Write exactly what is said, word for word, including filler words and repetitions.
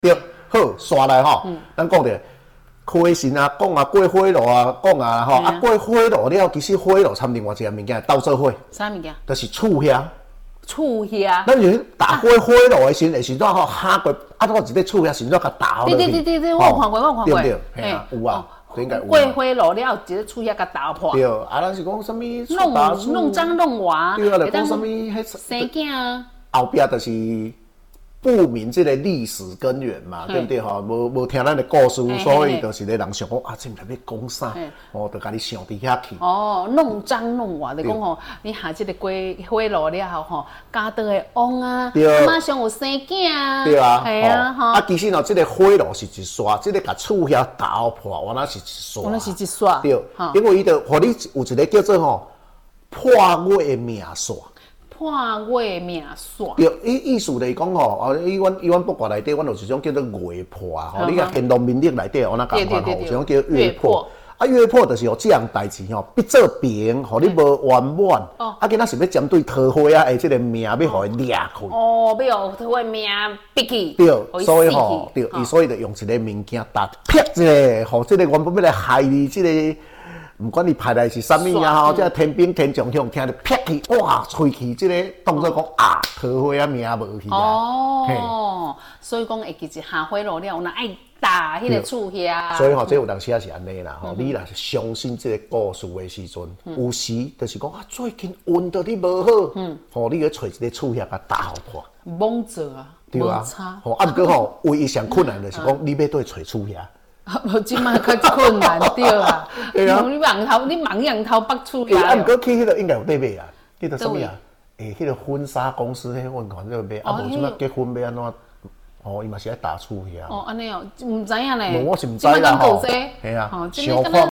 对，好，刷来吼，咱讲着开神啊，讲啊，过火炉啊，讲啊吼，啊过火炉了，其实火炉掺另外一个物件斗做伙， 啥物件？ 就是醋虾。 醋虾。 咱就是打火火炉的时阵，时阵吼下过，啊，我一个醋虾，时阵甲打落去。 对对对对对，我看过，我看过。 对不对？嘿啊，有啊，应该有。 过火炉了，一个醋虾甲打破。 对，啊，咱是讲什么？ 弄弄脏弄瓦。 对啊，就讲什么？迄生囝啊。 后壁就是。不明这个历史根源嘛，对不对吼？无无听咱的故事，所以就是咧人想讲啊，这毋知要讲啥，哦，就甲你想伫遐去。 哦，弄脏弄瓦，就讲吼，你下这个过火炉了后吼，家倒的旺啊，马上有生囝啊， 对啊， 系啊，吼。 啊，其实吼，这个火炉是一刷，这个甲厝遐打破，原来是一刷， 原来是一刷， 对，因为伊就互你有一个叫做吼破月命刷。 破月命煞， 对，伊意思就是讲吼，哦，伊阮伊阮卜卦内底，阮有一种叫做月破啊，吼，你甲乾隆民历内底，我那讲法吼，有一种叫月破。啊，月破就是有这样代志吼，必做平，互你无圆满。哦。啊，今仔是要针对桃花啊，诶，这个命要互伊掠开。 哦，要互桃花命逼去。 对，所以吼，对，伊所以就用一个物件打劈一个，吼，这个原本要来害你，这个。唔管你派来是啥物啊吼，即个天兵天将向听着劈去，哇，吹去，即个当作讲啊，桃花啊命无去啊。 哦，所以讲会记一下火炉了，那爱打迄个厝遐。 所以吼，这有当时也是安尼啦，吼，你若是相信这个故事的时阵，有时就是讲啊，最近运到你无好，嗯，吼，你去找一个厝遐甲打破。 猛做啊， 对啊，吼，啊，不过吼，唯一上困难就是讲，你要对找厝遐。 无即摆较困难对啊，你忙头你忙羊头北厝呀。 啊，毋过去迄个应该有得买啊，迄个什么啊？诶，迄个婚纱公司迄阮看这个买，啊，无即摆结婚要安怎？哦，伊嘛是爱打厝遐。 哦，安尼哦，毋知影咧。 我是毋知啦吼。 系啊，想看